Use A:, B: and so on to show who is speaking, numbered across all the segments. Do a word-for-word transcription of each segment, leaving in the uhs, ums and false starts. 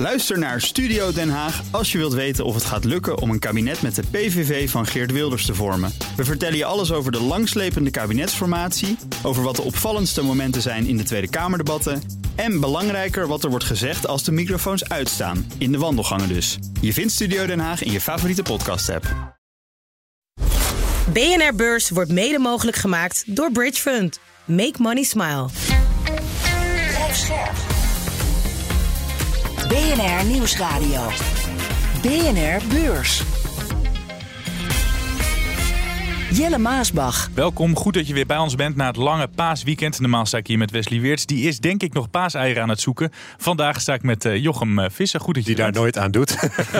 A: Luister naar Studio Den Haag als je wilt weten of het gaat lukken om een kabinet met de P V V van Geert Wilders te vormen. We vertellen je alles over de langslepende kabinetsformatie, over wat de opvallendste momenten zijn in de Tweede Kamerdebatten en belangrijker wat er wordt gezegd als de microfoons uitstaan, in de wandelgangen dus. Je vindt Studio Den Haag in je favoriete podcast-app.
B: B N R Beurs wordt mede mogelijk gemaakt door Bridge Fund. Make money smile.
C: Blijf scherp. B N R Nieuwsradio. B N R Beurs. Jelle Maasbach.
D: Welkom, goed dat je weer bij ons bent na het lange paasweekend. Normaal sta ik hier met Wesley Weerts. Die is denk ik nog paaseieren aan het zoeken. Vandaag sta ik met uh, Jochem uh, Visser. Goed dat je
E: Die daar
D: bent.
E: nooit aan doet.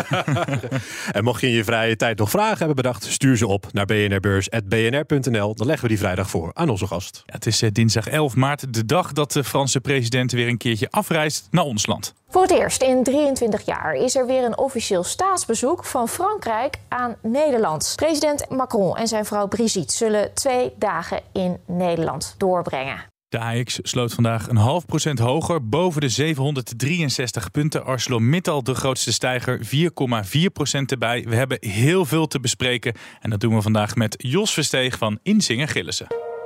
E: En mocht je in je vrije tijd nog vragen hebben bedacht, stuur ze op naar b n r beurs punt b n r punt n l. Dan leggen we die vrijdag voor aan onze gast.
D: Ja, het is uh, dinsdag elf maart, de dag dat de Franse president weer een keertje afreist naar ons land.
F: Voor het eerst in drieëntwintig jaar is er weer een officieel staatsbezoek van Frankrijk aan Nederland. President Macron en zijn vrouw Brigitte zullen twee dagen in Nederland doorbrengen.
D: De A X sloot vandaag een half procent hoger, boven de zevenhonderddrieënzestig punten. ArcelorMittal, de grootste stijger, vier komma vier procent erbij. We hebben heel veel te bespreken en dat doen we vandaag met Jos Versteeg van Insinger-Gillissen.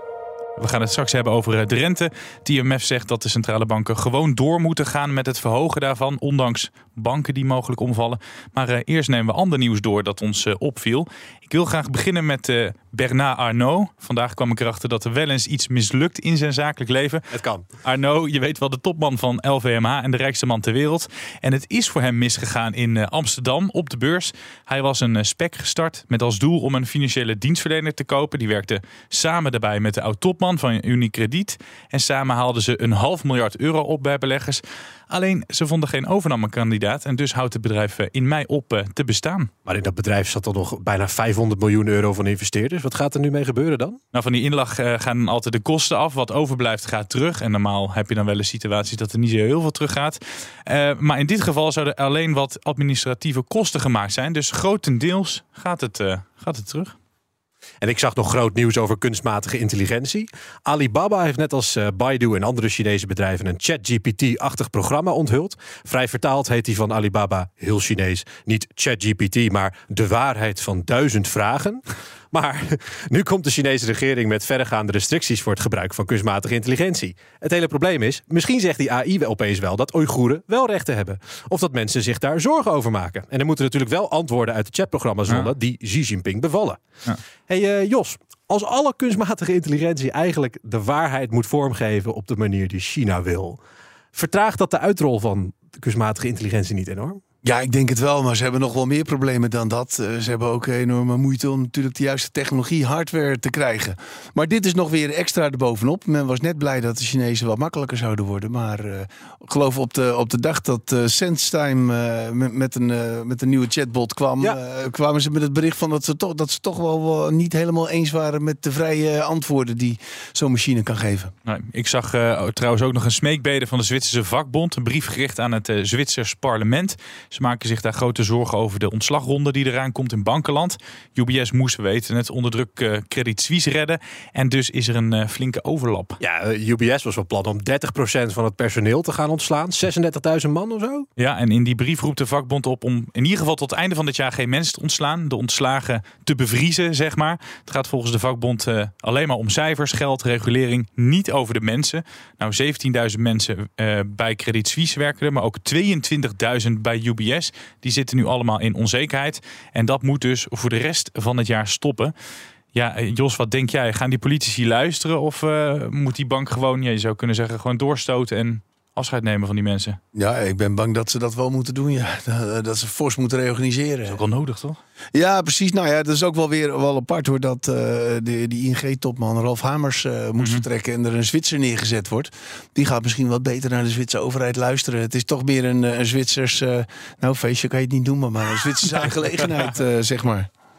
D: We gaan het straks hebben over de rente. Het I M F zegt dat de centrale banken gewoon door moeten gaan met het verhogen daarvan, ondanks banken die mogelijk omvallen. Maar uh, eerst nemen we ander nieuws door dat ons uh, opviel. Ik wil graag beginnen met uh, Bernard Arnault. Vandaag kwam ik erachter dat er wel eens iets mislukt in zijn zakelijk leven.
E: Het kan.
D: Arnault, je weet wel, de topman van L V M H en de rijkste man ter wereld. En het is voor hem misgegaan in uh, Amsterdam op de beurs. Hij was een uh, spec gestart met als doel om een financiële dienstverlener te kopen. Die werkte samen daarbij met de oud-topman van Unicredit. En samen haalden ze een half miljard euro op bij beleggers. Alleen, ze vonden geen overnamekandidaat en dus houdt het bedrijf in mei op uh, te bestaan.
E: Maar in dat bedrijf zat er nog bijna vijfhonderd miljoen euro van investeerders. Wat gaat er nu mee gebeuren dan?
D: Nou, van die inlag uh, gaan dan altijd de kosten af. Wat overblijft gaat terug. En normaal heb je dan wel eens situaties dat er niet zo heel veel terug gaat. Uh, maar in dit geval zouden er alleen wat administratieve kosten gemaakt zijn. Dus grotendeels gaat het, uh, gaat het terug.
E: En ik zag nog groot nieuws over kunstmatige intelligentie. Alibaba heeft net als uh, Baidu en andere Chinese bedrijven een ChatGPT-achtig programma onthuld. Vrij vertaald heet die van Alibaba, heel Chinees, niet ChatGPT, maar de waarheid van duizend vragen. Maar nu komt de Chinese regering met verregaande restricties voor het gebruik van kunstmatige intelligentie. Het hele probleem is, misschien zegt die A I opeens wel dat Oeigoeren wel rechten hebben. Of dat mensen zich daar zorgen over maken. En er moeten natuurlijk wel antwoorden uit de chatprogramma's rollen ja. die Xi Jinping bevallen. Ja. Hey uh, Jos, als alle kunstmatige intelligentie eigenlijk de waarheid moet vormgeven op de manier die China wil, vertraagt dat de uitrol van de kunstmatige intelligentie niet enorm?
G: Ja, ik denk het wel, maar ze hebben nog wel meer problemen dan dat. Ze hebben ook enorme moeite om natuurlijk de juiste technologie, hardware te krijgen. Maar dit is nog weer extra erbovenop. Men was net blij dat de Chinezen wat makkelijker zouden worden. Maar uh, ik geloof op de, op de dag dat uh, SenseTime uh, met, met, een, uh, met een nieuwe chatbot kwam, ja. uh, kwamen ze met het bericht van dat ze toch, dat ze toch wel, wel niet helemaal eens waren met de vrije antwoorden die zo'n machine kan geven.
D: Nou, ik zag uh, trouwens ook nog een smeekbede van de Zwitserse vakbond. Een brief gericht aan het uh, Zwitsers parlement. Ze maken zich daar grote zorgen over de ontslagronde die eraan komt in bankenland. U B S moest, we weten het, onder druk uh, Credit Suisse redden. En dus is er een uh, flinke overlap.
E: Ja, uh, U B S was van plan om dertig procent van het personeel te gaan ontslaan. zesendertigduizend man of zo?
D: Ja, en in die brief roept de vakbond op om in ieder geval tot het einde van dit jaar geen mensen te ontslaan. De ontslagen te bevriezen, zeg maar. Het gaat volgens de vakbond uh, alleen maar om cijfers, geld, regulering, niet over de mensen. Nou, zeventienduizend mensen uh, bij Credit Suisse werken er, maar ook tweeëntwintigduizend bij U B S. Die zitten nu allemaal in onzekerheid. En dat moet dus voor de rest van het jaar stoppen. Ja, Jos, wat denk jij? Gaan die politici luisteren? Of uh, moet die bank gewoon, ja, je zou kunnen zeggen, gewoon doorstoten en afscheid nemen van die mensen?
G: Ja, ik ben bang dat ze dat wel moeten doen. Ja. Dat ze fors moeten reorganiseren.
D: Dat is ook wel nodig, toch?
G: Ja, precies. Nou ja, dat is ook wel weer wel apart hoor. Dat uh, die, die I N G-topman Ralf Hamers uh, moet mm-hmm. vertrekken en er een Zwitser neergezet wordt. Die gaat misschien wat beter naar de Zwitserse overheid luisteren. Het is toch meer een, een Zwitsers, uh, nou feestje kan je het niet doen, maar een Zwitserse aangelegenheid, uh, zeg maar.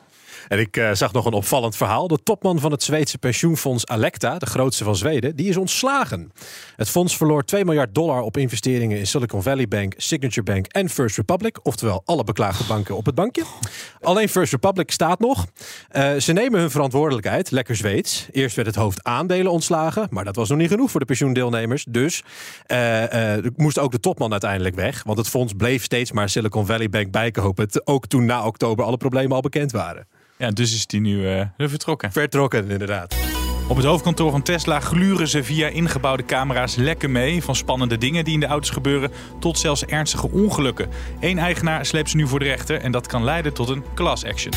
E: En ik uh, zag nog een opvallend verhaal. De topman van het Zweedse pensioenfonds Alecta, de grootste van Zweden, die is ontslagen. Het fonds verloor twee miljard dollar op investeringen in Silicon Valley Bank, Signature Bank en First Republic. Oftewel alle beklaagde banken op het bankje. Alleen First Republic staat nog. Uh, ze nemen hun verantwoordelijkheid, lekker Zweeds. Eerst werd het hoofd aandelen ontslagen, maar dat was nog niet genoeg voor de pensioendeelnemers. Dus uh, uh, moest ook de topman uiteindelijk weg. Want het fonds bleef steeds maar Silicon Valley Bank bijkopen. Ook toen na oktober alle problemen al bekend waren.
D: Ja, dus is die nu uh, vertrokken.
E: Vertrokken, inderdaad.
D: Op het hoofdkantoor van Tesla gluren ze via ingebouwde camera's lekker mee. Van spannende dingen die in de auto's gebeuren tot zelfs ernstige ongelukken. Eén eigenaar sleept ze nu voor de rechter en dat kan leiden tot een class action.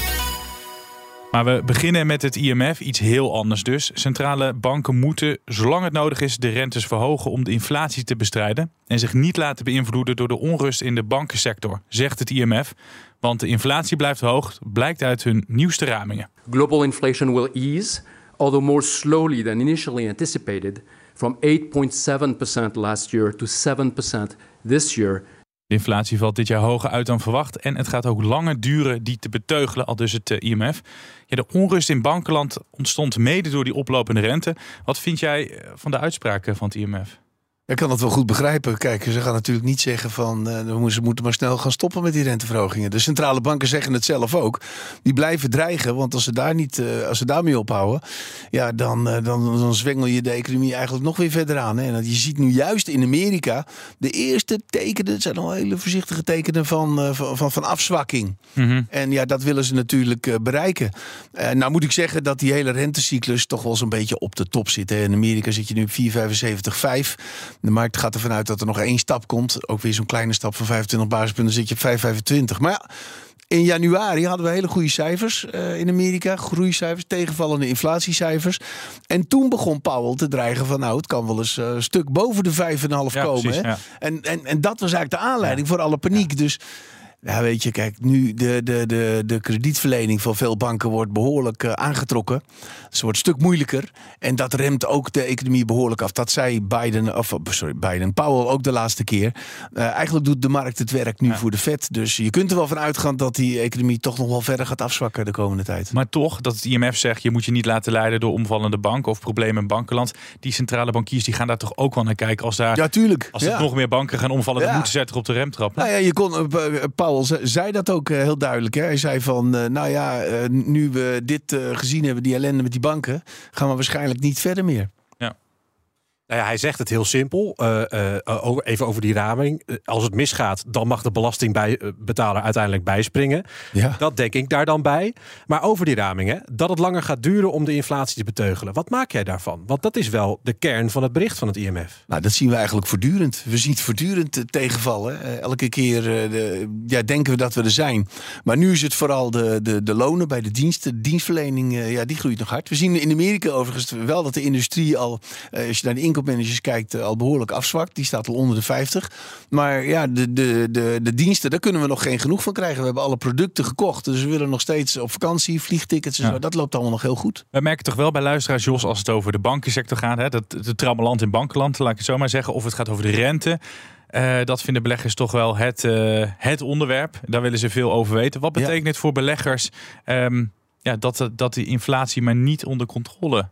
D: Maar we beginnen met het I M F, iets heel anders dus. Centrale banken moeten, zolang het nodig is, de rentes verhogen om de inflatie te bestrijden. En zich niet laten beïnvloeden door de onrust in de bankensector, zegt het I M F. Want de inflatie blijft hoog, blijkt uit hun nieuwste ramingen.
H: Global inflation will ease, although more slowly than initially anticipated, from eight point seven percent last year to seven percent this year.
D: De inflatie valt dit jaar hoger uit dan verwacht en het gaat ook langer duren die te beteugelen, al dus het I M F. Ja, de onrust in bankenland ontstond mede door die oplopende rente. Wat vind jij van de uitspraken van het I M F?
G: Ik kan dat wel goed begrijpen. Kijk, ze gaan natuurlijk niet zeggen van uh, ze moeten maar snel gaan stoppen met die renteverhogingen. De centrale banken zeggen het zelf ook. Die blijven dreigen, want als ze daar niet, uh, als ze daarmee ophouden, ja, dan, uh, dan, dan zwengel je de economie eigenlijk nog weer verder aan. Hè. En je ziet nu juist in Amerika de eerste tekenen, het zijn al hele voorzichtige tekenen van, uh, van, van, van afzwakking. Mm-hmm. En ja, dat willen ze natuurlijk uh, bereiken. Uh, nou moet ik zeggen dat die hele rentecyclus toch wel zo'n beetje op de top zit. Hè. In Amerika zit je nu op vier komma vijfenzeventig komma vijf. De markt gaat ervan uit dat er nog één stap komt. Ook weer zo'n kleine stap van vijfentwintig basispunten, zit je op vijf komma vijfentwintig. Maar ja, in januari hadden we hele goede cijfers uh, in Amerika. Groeicijfers, tegenvallende inflatiecijfers. En toen begon Powell te dreigen van nou, het kan wel eens uh, een stuk boven de vijf komma vijf ja, komen. Precies, hè? Ja. En, en, en dat was eigenlijk de aanleiding ja. voor alle paniek. Ja. Dus ja, weet je, kijk, nu de, de, de, de kredietverlening van veel banken wordt behoorlijk uh, aangetrokken. Ze wordt een stuk moeilijker. En dat remt ook de economie behoorlijk af. Dat zei Biden, of sorry, Biden, Powell ook de laatste keer. Uh, eigenlijk doet de markt het werk nu ja. voor de Fed. Dus je kunt er wel van uitgaan dat die economie toch nog wel verder gaat afzwakken de komende tijd.
D: Maar toch, dat het I M F zegt, je moet je niet laten leiden door omvallende banken of problemen in bankenland. Die centrale bankiers die gaan daar toch ook wel naar kijken. Als daar,
G: ja, tuurlijk.
D: Als er
G: ja.
D: nog meer banken gaan omvallen, ja. dan moeten ze er toch op de rem trappen.
G: Nou ja, je kon, uh, Powell zei dat ook uh, heel duidelijk. Hè? Hij zei van, uh, nou ja, uh, nu we dit uh, gezien hebben, die ellende met die banken, gaan we waarschijnlijk niet verder meer.
E: Ja. Nou ja, hij zegt het heel simpel. Uh, uh, over, even over die raming. Uh, als het misgaat, dan mag de belastingbetaler uiteindelijk bijspringen. Ja. Dat denk ik daar dan bij. Maar over die ramingen, dat het langer gaat duren om de inflatie te beteugelen. Wat maak jij daarvan? Want dat is wel de kern van het bericht van het I M F.
G: Nou, dat zien we eigenlijk voortdurend. We zien het voortdurend uh, tegenvallen. Uh, elke keer uh, de, ja, denken we dat we er zijn. Maar nu is het vooral de, de, de lonen bij de diensten. De dienstverlening, uh, ja, die groeit nog hard. We zien in Amerika overigens wel dat de industrie al, uh, als je naar de inkoopmanagers kijkt, uh, al behoorlijk afzwakt. Die staat al onder de vijftig. Maar ja, de, de, de, de diensten, daar kunnen we nog geen genoeg van krijgen. We hebben alle producten gekocht. Dus we willen nog steeds op vakantie, vliegtickets en ja. zo. Dat loopt allemaal nog heel goed.
D: We merken toch wel bij luisteraars, Jos, als het over de bankensector gaat, hè, dat het trammeland in bankenland, laat ik het zo maar zeggen, of het gaat over de rente. Uh, dat vinden beleggers toch wel het, uh, het onderwerp. Daar willen ze veel over weten. Wat betekent ja. het voor beleggers um, ja, dat, dat die inflatie maar niet onder controle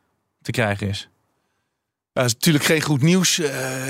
D: te krijgen is?
G: Dat is natuurlijk geen goed nieuws. Uh,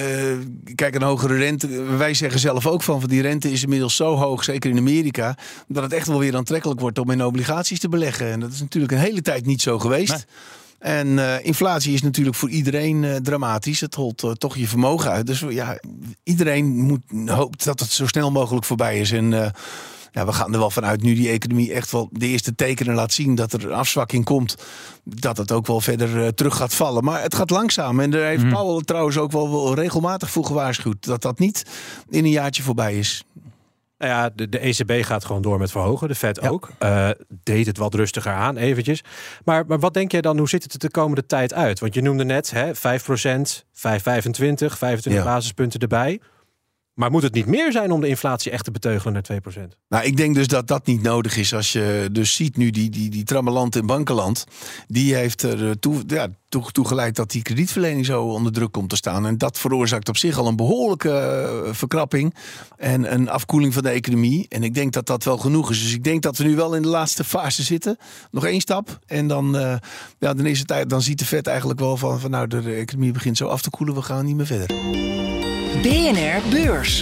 G: kijk, een hogere rente. Wij zeggen zelf ook van, van die rente is inmiddels zo hoog, zeker in Amerika, dat het echt wel weer aantrekkelijk wordt om in obligaties te beleggen. En dat is natuurlijk een hele tijd niet zo geweest. Nee. En uh, inflatie is natuurlijk voor iedereen uh, dramatisch. Het holt uh, toch je vermogen uit. Dus ja, iedereen moet hoopt dat het zo snel mogelijk voorbij is. En uh, ja, we gaan er wel vanuit, nu die economie echt wel de eerste tekenen laat zien dat er een afzwakking komt, dat het ook wel verder uh, terug gaat vallen. Maar het gaat langzaam. En daar heeft mm. Powell trouwens ook wel, wel regelmatig voor gewaarschuwd dat dat niet in een jaartje voorbij is.
E: Nou ja, de, de E C B gaat gewoon door met verhogen. De Fed ja. ook. Uh, deed het wat rustiger aan, eventjes. Maar, maar wat denk jij dan, hoe ziet het er de komende tijd uit? Want je noemde net hè, vijf procent, vijf komma vijfentwintig, vijfentwintig ja. basispunten erbij. Maar moet het niet meer zijn om de inflatie echt te beteugelen naar twee procent?
G: Nou, ik denk dus dat dat niet nodig is. Als je dus ziet nu die, die, die trammeland in bankenland, die heeft er toe, ja, toe, toe geleid dat die kredietverlening zo onder druk komt te staan. En dat veroorzaakt op zich al een behoorlijke uh, verkrapping en een afkoeling van de economie. En ik denk dat dat wel genoeg is. Dus ik denk dat we nu wel in de laatste fase zitten. Nog één stap. En dan, uh, ja, dan, is het, dan ziet de Fed eigenlijk wel van, van nou, de, de economie begint zo af te koelen, we gaan niet meer verder.
C: B N R Beurs.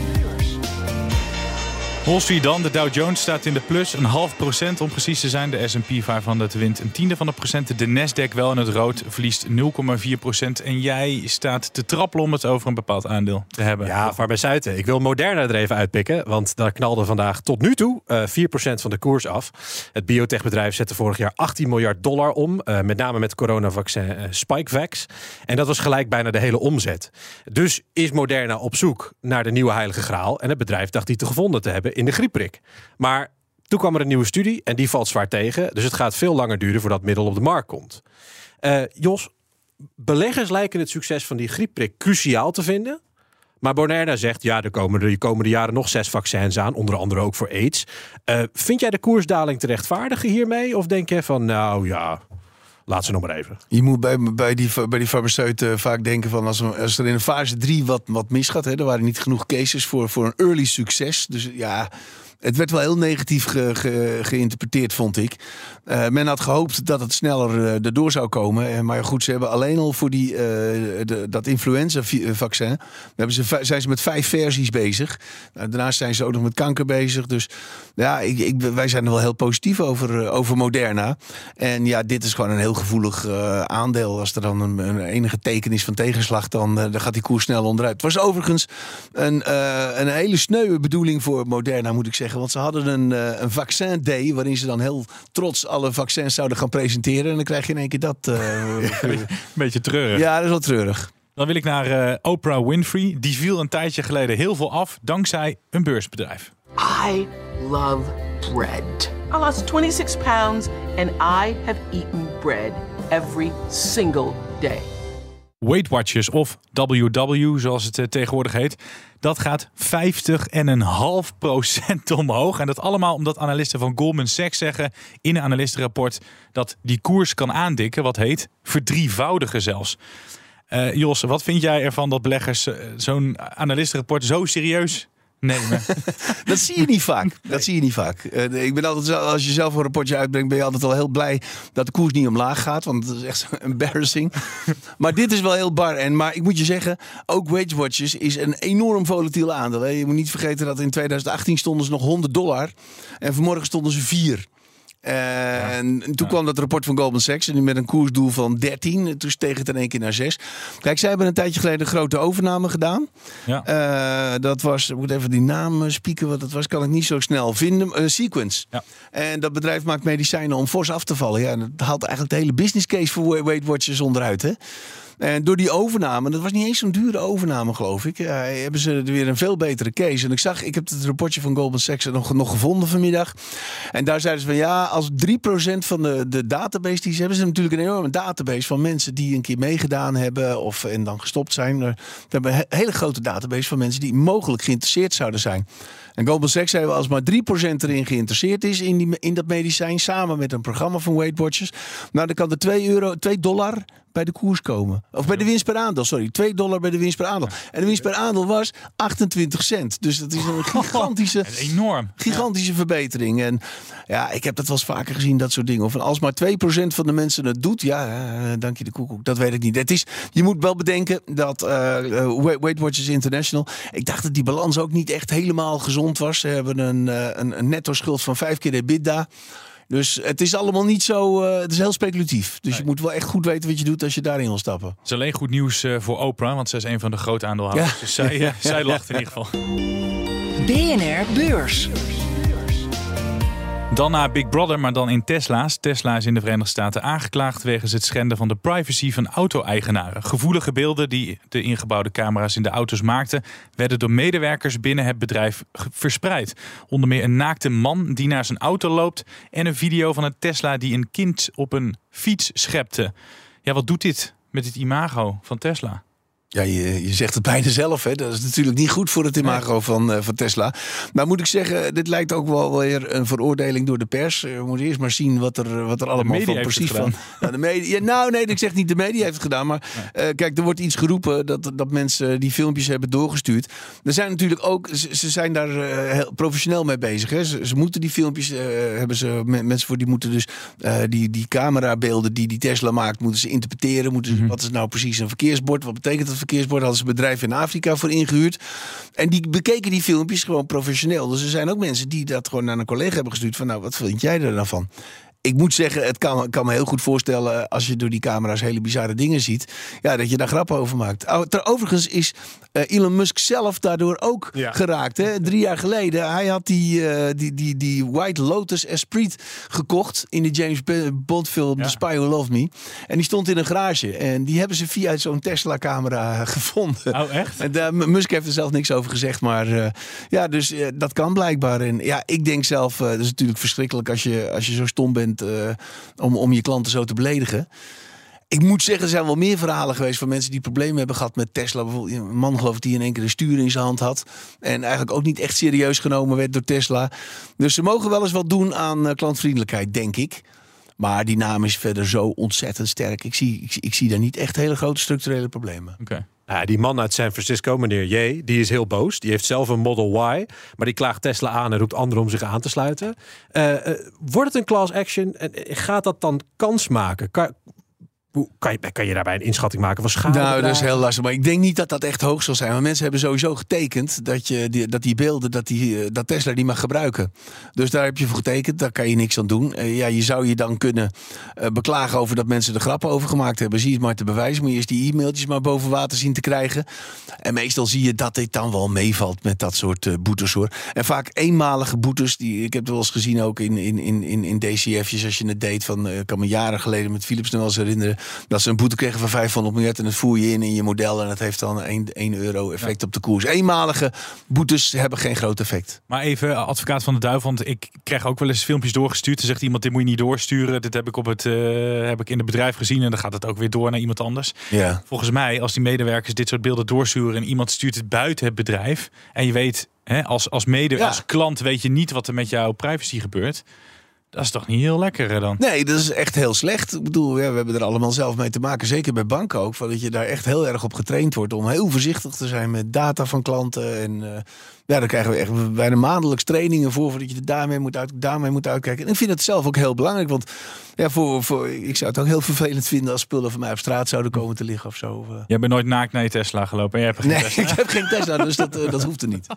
D: Wall Street dan. De Dow Jones staat in de plus. Een half procent om precies te zijn. De S en P vijfhonderd wint een tiende van de procent. De Nasdaq wel in het rood. Verliest nul komma vier procent. En jij staat te trappelen om het over een bepaald aandeel te hebben.
E: Ja, vaar bij Zuiden. Ik wil Moderna er even uitpikken. Want daar knalde vandaag tot nu toe uh, vier procent van de koers af. Het biotechbedrijf zette vorig jaar achttien miljard dollar om. Uh, met name met coronavaccin uh, Spikevax. En dat was gelijk bijna de hele omzet. Dus is Moderna op zoek naar de nieuwe heilige graal. En het bedrijf dacht die te gevonden te hebben in de griepprik. Maar toen kwam er een nieuwe studie en die valt zwaar tegen. Dus het gaat veel langer duren voordat het middel op de markt komt. Uh, Jos, beleggers lijken het succes van die griepprik cruciaal te vinden. Maar Moderna zegt, ja, er komen de komende jaren nog zes vaccins aan. Onder andere ook voor AIDS. Uh, vind jij de koersdaling te rechtvaardigen hiermee? Of denk je van, nou ja, laat ze nog maar even.
G: Je moet bij, bij, die, bij die farmaceuten vaak denken van als, als er in een fase drie wat, wat misgaat. Hè, er waren niet genoeg cases voor, voor een early succes. Dus ja, het werd wel heel negatief ge, ge, geïnterpreteerd, vond ik. Uh, men had gehoopt dat het sneller uh, erdoor zou komen. Uh, maar goed, ze hebben alleen al voor die, uh, de, dat influenza-vaccin hebben ze, zijn ze met vijf versies bezig. Uh, daarnaast zijn ze ook nog met kanker bezig. Dus ja, ik, ik, wij zijn er wel heel positief over, uh, over Moderna. En ja, dit is gewoon een heel gevoelig uh, aandeel. Als er dan een, een enige teken is van tegenslag, dan, uh, dan gaat die koers snel onderuit. Het was overigens een, uh, een hele sneuwe bedoeling voor Moderna, moet ik zeggen. Want ze hadden een, uh, een vaccin day, waarin ze dan heel trots alle vaccins zouden gaan presenteren. En dan krijg je in één keer dat. Uh,
D: ja, een beetje treurig.
G: Ja, dat is wel treurig.
D: Dan wil ik naar uh, Oprah Winfrey. Die viel een tijdje geleden heel veel af, dankzij een beursbedrijf.
I: I love bread. I lost twenty-six pounds and I have eaten bread every single day.
D: Weight Watchers, of W W zoals het uh, tegenwoordig heet, dat gaat vijftig komma vijf procent omhoog. En dat allemaal omdat analisten van Goldman Sachs zeggen in een analistenrapport dat die koers kan aandikken, wat heet verdrievoudigen zelfs. Uh, Jos, wat vind jij ervan dat beleggers uh, zo'n analistenrapport zo serieus nemen?
G: Dat zie je niet vaak. Dat nee. zie je niet vaak. Uh, ik ben altijd, als je zelf een rapportje uitbrengt, ben je altijd al heel blij dat de koers niet omlaag gaat. Want dat is echt embarrassing. Maar dit is wel heel bar. En, maar ik moet je zeggen, ook Weight Watchers is een enorm volatiel aandeel. Hè. Je moet niet vergeten dat in twintig achttien stonden ze nog honderd dollar. En vanmorgen stonden ze vier. En ja, toen ja. kwam dat rapport van Goldman Sachs en met een koersdoel van dertien. Toen steeg het in één keer naar zes. Kijk, zij hebben een tijdje geleden een grote overname gedaan. Ja. Uh, dat was, ik moet even die naam spieken wat dat was, kan ik niet zo snel vinden. Uh, Sequence. Ja. En dat bedrijf maakt medicijnen om fors af te vallen. Ja, en dat haalt eigenlijk de hele business case voor Weight Watchers onderuit, hè. En door die overname, dat was niet eens zo'n dure overname, geloof ik, ja, hebben ze weer een veel betere case. En ik zag, ik heb het rapportje van Goldman Sachs nog, nog gevonden vanmiddag. En daar zeiden ze van ja, als drie procent van de, de database die ze hebben, ze natuurlijk een enorme database van mensen die een keer meegedaan hebben of en dan gestopt zijn. We hebben een hele grote database van mensen die mogelijk geïnteresseerd zouden zijn. En Goldman Sachs zei als maar drie procent erin geïnteresseerd is in, die, in dat medicijn, samen met een programma van Weight Watchers, nou dan kan er twee euro, twee dollar bij de koers komen. Of bij de winst per aandeel, sorry. twee dollar bij de winst per aandeel. En de winst per aandeel was achtentwintig cent. Dus dat is een gigantische,
D: enorm.
G: gigantische ja. verbetering. En ja, ik heb dat wel eens vaker gezien, dat soort dingen. Of als maar twee procent van de mensen het doet, ja, uh, dank je de koekoek. Dat weet ik niet. Het is, je moet wel bedenken dat uh, Weight Watchers International, ik dacht dat die balans ook niet echt helemaal gezond was. Ze hebben een, uh, een, een netto schuld van vijf keer de EBITDA. Dus het is allemaal niet zo, uh, het is heel speculatief. Dus nee. je moet wel echt goed weten wat je doet als je daarin wil stappen.
D: Het is alleen goed nieuws uh, voor Oprah, want zij is een van de grote aandeelhouders. Ja. Dus zij, uh, zij lacht in ieder geval.
C: B N R Beurs.
D: Dan naar Big Brother, maar dan in Tesla's. Tesla is in de Verenigde Staten aangeklaagd wegens het schenden van de privacy van auto-eigenaren. Gevoelige beelden die de ingebouwde camera's in de auto's maakten, werden door medewerkers binnen het bedrijf verspreid. Onder meer een naakte man die naar zijn auto loopt en een video van een Tesla die een kind op een fiets schepte. Ja, wat doet dit met het imago van Tesla?
G: Ja, je, je zegt het bijna zelf, hè. Dat is natuurlijk niet goed voor het imago nee. van, uh, van Tesla. Maar moet ik zeggen, dit lijkt ook wel weer een veroordeling door de pers. We moeten eerst maar zien wat er, wat er allemaal van precies van... Nou, de media, ja, nou, nee, ik zeg niet de media heeft het gedaan. Maar uh, kijk, er wordt iets geroepen dat, dat mensen die filmpjes hebben doorgestuurd. Er zijn natuurlijk ook, ze, ze zijn daar uh, heel professioneel mee bezig. Hè. Ze, ze moeten die filmpjes, uh, hebben ze mensen voor die moeten dus uh, die, die camerabeelden die die Tesla maakt, moeten ze interpreteren. Moeten ze, mm-hmm. Wat is nou precies een verkeersbord? Wat betekent dat verkeersbord? Hadden ze bedrijven in Afrika voor ingehuurd. En die bekeken die filmpjes gewoon professioneel. Dus er zijn ook mensen die dat gewoon naar een collega hebben gestuurd van nou, wat vind jij er dan van? Ik moet zeggen, het kan, kan me heel goed voorstellen als je door die camera's hele bizarre dingen ziet, ja, dat je daar grappen over maakt. Ter, overigens is uh, Elon Musk zelf daardoor ook ja. geraakt. Hè? Drie jaar geleden, hij had die, uh, die, die, die White Lotus Esprit gekocht in de James Bond film ja. The Spy Who Loved Me. En die stond in een garage. En die hebben ze via zo'n Tesla-camera gevonden.
D: Oh, echt?
G: En uh, Musk heeft er zelf niks over gezegd, maar uh, ja, dus uh, dat kan blijkbaar. En ja, ik denk zelf, uh, dat is natuurlijk verschrikkelijk als je, als je zo stom bent Uh, om, om je klanten zo te beledigen. Ik moet zeggen, er zijn wel meer verhalen geweest van mensen die problemen hebben gehad met Tesla. Bijvoorbeeld een man, geloof ik, die in één keer een stuur in zijn hand had. En eigenlijk ook niet echt serieus genomen werd door Tesla. Dus ze mogen wel eens wat doen aan uh, klantvriendelijkheid, denk ik. Maar die naam is verder zo ontzettend sterk. Ik zie, ik, ik zie daar niet echt hele grote structurele problemen.
D: Oké. Okay.
E: Ja, die man uit San Francisco, meneer Ye, die is heel boos. Die heeft zelf een Model Y, maar die klaagt Tesla aan en roept anderen om zich aan te sluiten. Uh, uh, wordt het een class action? En gaat dat dan kans maken? Kan, kan, je, kan je daarbij een inschatting maken van schade?
G: Nou, dat is heel lastig. Maar ik denk niet dat dat echt hoog zal zijn. Want mensen hebben sowieso getekend dat, je, die, dat die beelden, dat, die, dat Tesla die mag gebruiken. Dus daar heb je voor getekend. Daar kan je niks aan doen. Uh, ja, je zou je dan kunnen uh, beklagen over dat mensen er grappen over gemaakt hebben. Zie je het maar te bewijzen. Moet je eerst die e-mailtjes maar boven water zien te krijgen. En meestal zie je dat dit dan wel meevalt met dat soort uh, boetes, hoor. En vaak eenmalige boetes. Die, ik heb het wel eens gezien ook in, in, in, in D C F'jes. Als je het deed van, uh, ik kan me jaren geleden met Philips nog wel eens herinneren, dat ze een boete kregen van vijfhonderd miljard en dat voer je in in je model en dat heeft dan één euro effect ja. op de koers. Eenmalige boetes hebben geen groot effect.
D: Maar even advocaat van de duivel, want ik krijg ook wel eens filmpjes doorgestuurd. Dan zegt iemand, dit moet je niet doorsturen. Dit heb ik op het uh, heb ik in het bedrijf gezien en dan gaat het ook weer door naar iemand anders.
G: Ja.
D: Volgens mij, als die medewerkers dit soort beelden doorsturen en iemand stuurt het buiten het bedrijf en je weet, hè, als, als mede, ja. als klant weet je niet wat er met jouw privacy gebeurt. Dat is toch niet heel lekker dan?
G: Nee, dat is echt heel slecht. Ik bedoel, ja, we hebben er allemaal zelf mee te maken. Zeker bij banken ook. Van dat je daar echt heel erg op getraind wordt om heel voorzichtig te zijn met data van klanten. En uh, ja, daar krijgen we echt bijna maandelijks trainingen voor, voordat je er daarmee moet, uit, daarmee moet uitkijken. En ik vind het zelf ook heel belangrijk. Want ja, voor, voor, ik zou het ook heel vervelend vinden als spullen van mij op straat zouden komen te liggen of zo. Uh.
D: Jij bent nooit naakt naar je Tesla gelopen en jij hebt geen
G: nee,
D: Tesla.
G: ik heb geen Tesla, dus dat, uh, dat hoeft er niet.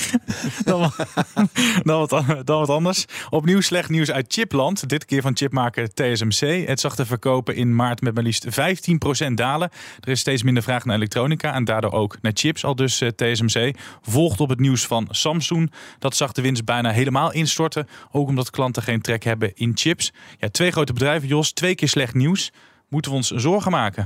D: dan, dan, wat, dan wat anders. Opnieuw slecht nieuws uit chipland. Dit keer van chipmaker T S M C. Het zag de verkopen in maart met maar liefst vijftien procent dalen. Er is steeds minder vraag naar elektronica en daardoor ook naar chips. Al dus uh, T S M C volgt op het nieuws van Samsung. Dat zag de winst bijna helemaal instorten. Ook omdat klanten geen trek hebben in chips. Ja, twee grote bedrijven, Jos. Twee keer slecht nieuws. Moeten we ons zorgen maken?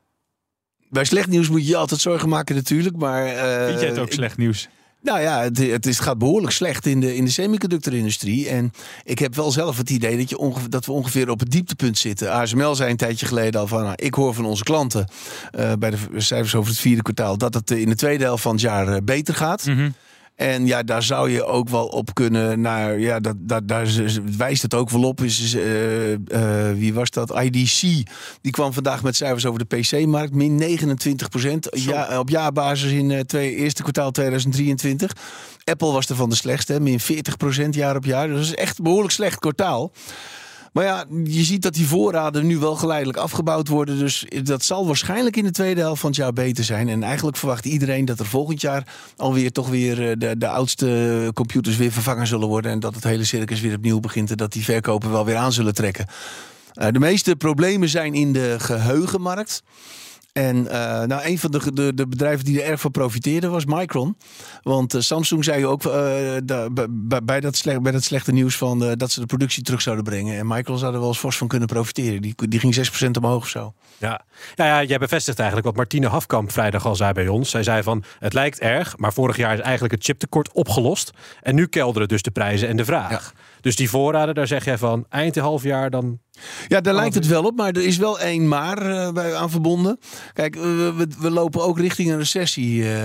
G: Bij slecht nieuws moet je je altijd zorgen maken natuurlijk. Maar, uh,
D: Vind jij het ook slecht nieuws?
G: Nou ja, het, het, is, het gaat behoorlijk slecht in de, in de semiconductorindustrie. En ik heb wel zelf het idee dat, je ongeveer, dat we ongeveer op het dieptepunt zitten. A S M L zei een tijdje geleden al van, nou, ik hoor van onze klanten uh, bij de cijfers over het vierde kwartaal dat het in de tweede helft van het jaar uh, beter gaat.
D: Mm-hmm.
G: En ja, daar zou je ook wel op kunnen naar, ja, dat, dat, daar wijst het ook wel op. Is, uh, uh, wie was dat? I D C. Die kwam vandaag met cijfers over de P C-markt. min negenentwintig procent ja, op jaarbasis in het uh, eerste kwartaal tweeduizend drieëntwintig. Apple was er van de slechtste, hè, min veertig procent jaar op jaar. Dus dat is echt een behoorlijk slecht kwartaal. Maar ja, je ziet dat die voorraden nu wel geleidelijk afgebouwd worden. Dus dat zal waarschijnlijk in de tweede helft van het jaar beter zijn. En eigenlijk verwacht iedereen dat er volgend jaar alweer toch weer de, de oudste computers weer vervangen zullen worden. En dat het hele circus weer opnieuw begint en dat die verkopen wel weer aan zullen trekken. Uh, de meeste problemen zijn in de geheugenmarkt. En uh, nou, een van de, de, de bedrijven die er erg van profiteerden was Micron. Want uh, Samsung zei ook uh, da, bij, bij, dat slecht, bij dat slechte nieuws van uh, dat ze de productie terug zouden brengen. En Micron zou er wel eens fors van kunnen profiteren. Die, die ging zes procent omhoog of zo.
E: Ja. Ja, ja, jij bevestigt eigenlijk wat Martine Hafkamp vrijdag al zei bij ons. Zij zei van, het lijkt erg, maar vorig jaar is eigenlijk het chiptekort opgelost. En nu kelderen dus de prijzen en de vraag. Ja. Dus die voorraden, daar zeg jij van eind half jaar dan...
G: Ja, daar lijkt het wel op, maar er is wel één maar uh, bij, aan verbonden. Kijk, we, we, we lopen ook richting een recessie. Uh,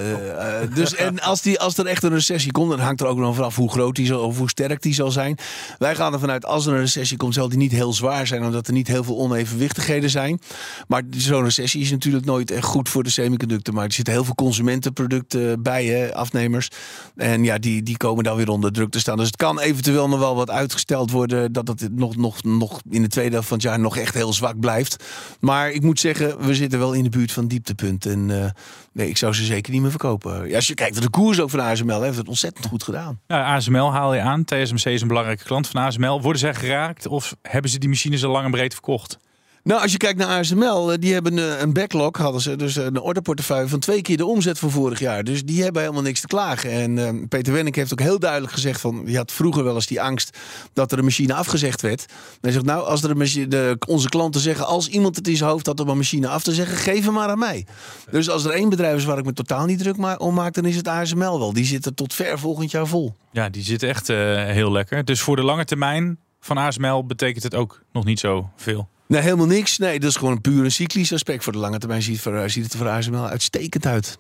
G: uh, dus, en als, die, als er echt een recessie komt, dan hangt er ook nog vanaf hoe groot die zal, of hoe sterk die zal zijn. Wij gaan ervan uit, als er een recessie komt, zal die niet heel zwaar zijn, omdat er niet heel veel onevenwichtigheden zijn. Maar zo'n recessie is natuurlijk nooit echt goed voor de semiconductor. Maar er zitten heel veel consumentenproducten bij, hè, afnemers. En ja, die, die komen dan weer onder druk te staan. Dus het kan eventueel nog wel wat uitgesteld worden, dat het nog, nog, nog in de tweede helft van het jaar nog echt heel zwak blijft. Maar ik moet zeggen, we zitten wel in de buurt van dieptepunt. En uh, nee, ik zou ze zeker niet meer verkopen. Ja, als je kijkt naar de koers ook van A S M L, heeft het ontzettend goed gedaan.
D: Ja, A S M L haal je aan. T S M C is een belangrijke klant van A S M L. Worden zij geraakt of hebben ze die machines al lang en breed verkocht?
G: Nou, als je kijkt naar A S M L, die hebben een backlog, hadden ze dus een orderportefeuille van twee keer de omzet van vorig jaar. Dus die hebben helemaal niks te klagen. En uh, Peter Wenning heeft ook heel duidelijk gezegd van, je had vroeger wel eens die angst dat er een machine afgezegd werd. En hij zegt, nou, als er een machine, de, onze klanten zeggen, als iemand het in zijn hoofd had om een machine af te zeggen, geef hem maar aan mij. Dus als er één bedrijf is waar ik me totaal niet druk ma- om maak, dan is het A S M L wel. Die zit er tot ver volgend jaar vol.
D: Ja, die zit echt uh, heel lekker. Dus voor de lange termijn van A S M L betekent het ook nog niet zo veel.
G: Nee, helemaal niks. Nee, dat is gewoon een puur een cyclisch aspect. Voor de lange termijn ziet, voor, ziet het er voor A S M L uitstekend uit.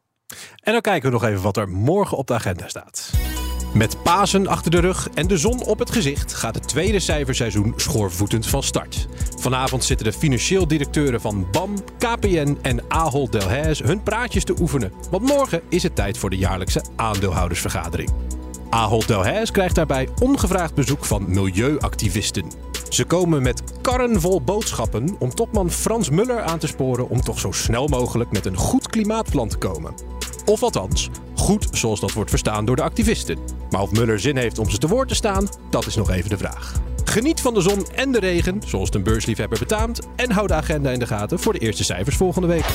E: En dan kijken we nog even wat er morgen op de agenda staat. Met Pasen achter de rug en de zon op het gezicht gaat het tweede cijferseizoen schoorvoetend van start. Vanavond zitten de financieel directeuren van B A M, K P N en Ahold Delhaize hun praatjes te oefenen. Want morgen is het tijd voor de jaarlijkse aandeelhoudersvergadering. Ahold Delhaize krijgt daarbij ongevraagd bezoek van milieuactivisten. Ze komen met karren vol boodschappen om topman Frans Muller aan te sporen om toch zo snel mogelijk met een goed klimaatplan te komen. Of althans, goed zoals dat wordt verstaan door de activisten. Maar of Muller zin heeft om ze te woord te staan, dat is nog even de vraag. Geniet van de zon en de regen, zoals het een beursliefhebber betaamt, en hou de agenda in de gaten voor de eerste cijfers volgende week.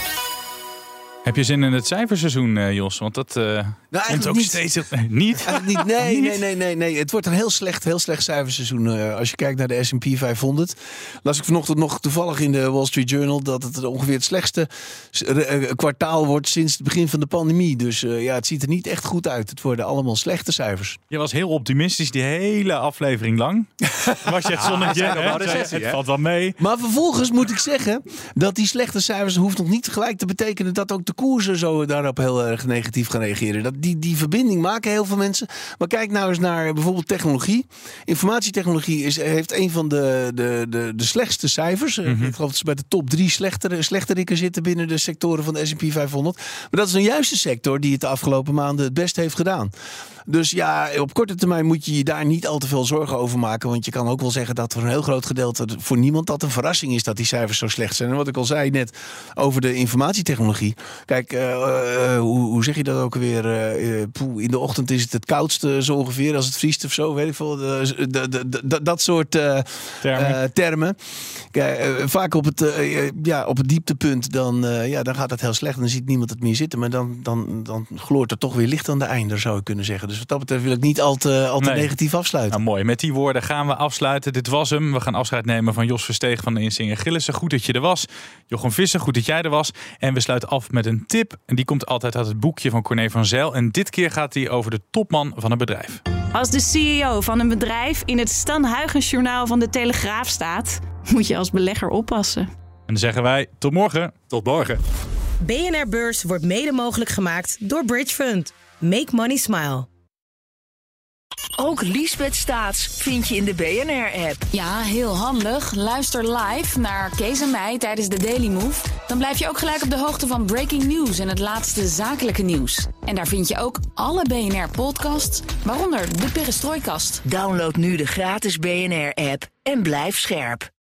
D: Heb je zin in het cijferseizoen, uh, Jos? Want dat uh,
G: nou,
D: komt ook
G: niet.
D: steeds... Uh, niet?
G: niet? Nee, nee, nee, nee, nee. Het wordt een heel slecht, heel slecht cijferseizoen. Uh, als je kijkt naar de S en P vijfhonderd. Las ik vanochtend nog toevallig in de Wall Street Journal dat het ongeveer het slechtste uh, kwartaal wordt sinds het begin van de pandemie. Dus uh, ja, het ziet er niet echt goed uit. Het worden allemaal slechte cijfers.
D: Je was heel optimistisch die hele aflevering lang. Was je het zonnetje?
E: Ja,
D: hè?
E: recessie,
D: het
E: hè?
D: valt wel mee.
G: Maar vervolgens moet ik zeggen dat die slechte cijfers hoeft nog niet gelijk te betekenen dat ook de koersen zo daarop heel erg negatief gaan reageren. Dat die, die verbinding maken heel veel mensen. Maar kijk nou eens naar bijvoorbeeld technologie. Informatietechnologie is, heeft een van de, de, de, de slechtste cijfers. Mm-hmm. Ik geloof dat ze bij de top drie slechtere, slechterikken zitten binnen de sectoren van de S en P vijfhonderd. Maar dat is een juiste sector die het de afgelopen maanden het best heeft gedaan. Dus ja, op korte termijn moet je je daar niet al te veel zorgen over maken. Want je kan ook wel zeggen dat voor een heel groot gedeelte voor niemand dat een verrassing is dat die cijfers zo slecht zijn. En wat ik al zei net over de informatietechnologie. Kijk, uh, uh, hoe, hoe zeg je dat ook weer? Uh, poeh, in de ochtend is het het koudste zo ongeveer als het vriest of zo. Weet ik veel. De, de, de, de, dat soort uh, termen. Uh, termen. Kijk, uh, vaak op het, uh, ja, op het dieptepunt dan, uh, ja, dan gaat het heel slecht. Dan ziet niemand het meer zitten. Maar dan, dan, dan gloort er toch weer licht aan de einder, zou ik kunnen zeggen. Dus wat dat betreft wil ik niet al te, al te nee. negatief afsluiten.
D: Nou, mooi. Met die woorden gaan we afsluiten. Dit was hem. We gaan afscheid nemen van Jos Versteeg van de Insinger Gillissen. Goed dat je er was. Jochem Visser, goed dat jij er was. En we sluiten af met een tip. En die komt altijd uit het boekje van Corné van Zijl. En dit keer gaat hij over de topman van een bedrijf.
J: Als de C E O van een bedrijf in het Stan Huygens journaal van de Telegraaf staat, moet je als belegger oppassen.
D: En dan zeggen wij tot morgen.
E: Tot morgen.
B: B N R Beurs wordt mede mogelijk gemaakt door Bridge Fund. Make money smile.
C: Ook Liesbeth Staats vind je in de B N R-app.
K: Ja, heel handig. Luister live naar Kees en mij tijdens de Daily Move. Dan blijf je ook gelijk op de hoogte van breaking news en het laatste zakelijke nieuws. En daar vind je ook alle B N R-podcasts, waaronder de Perestrooikast.
C: Download nu de gratis B N R-app en blijf scherp.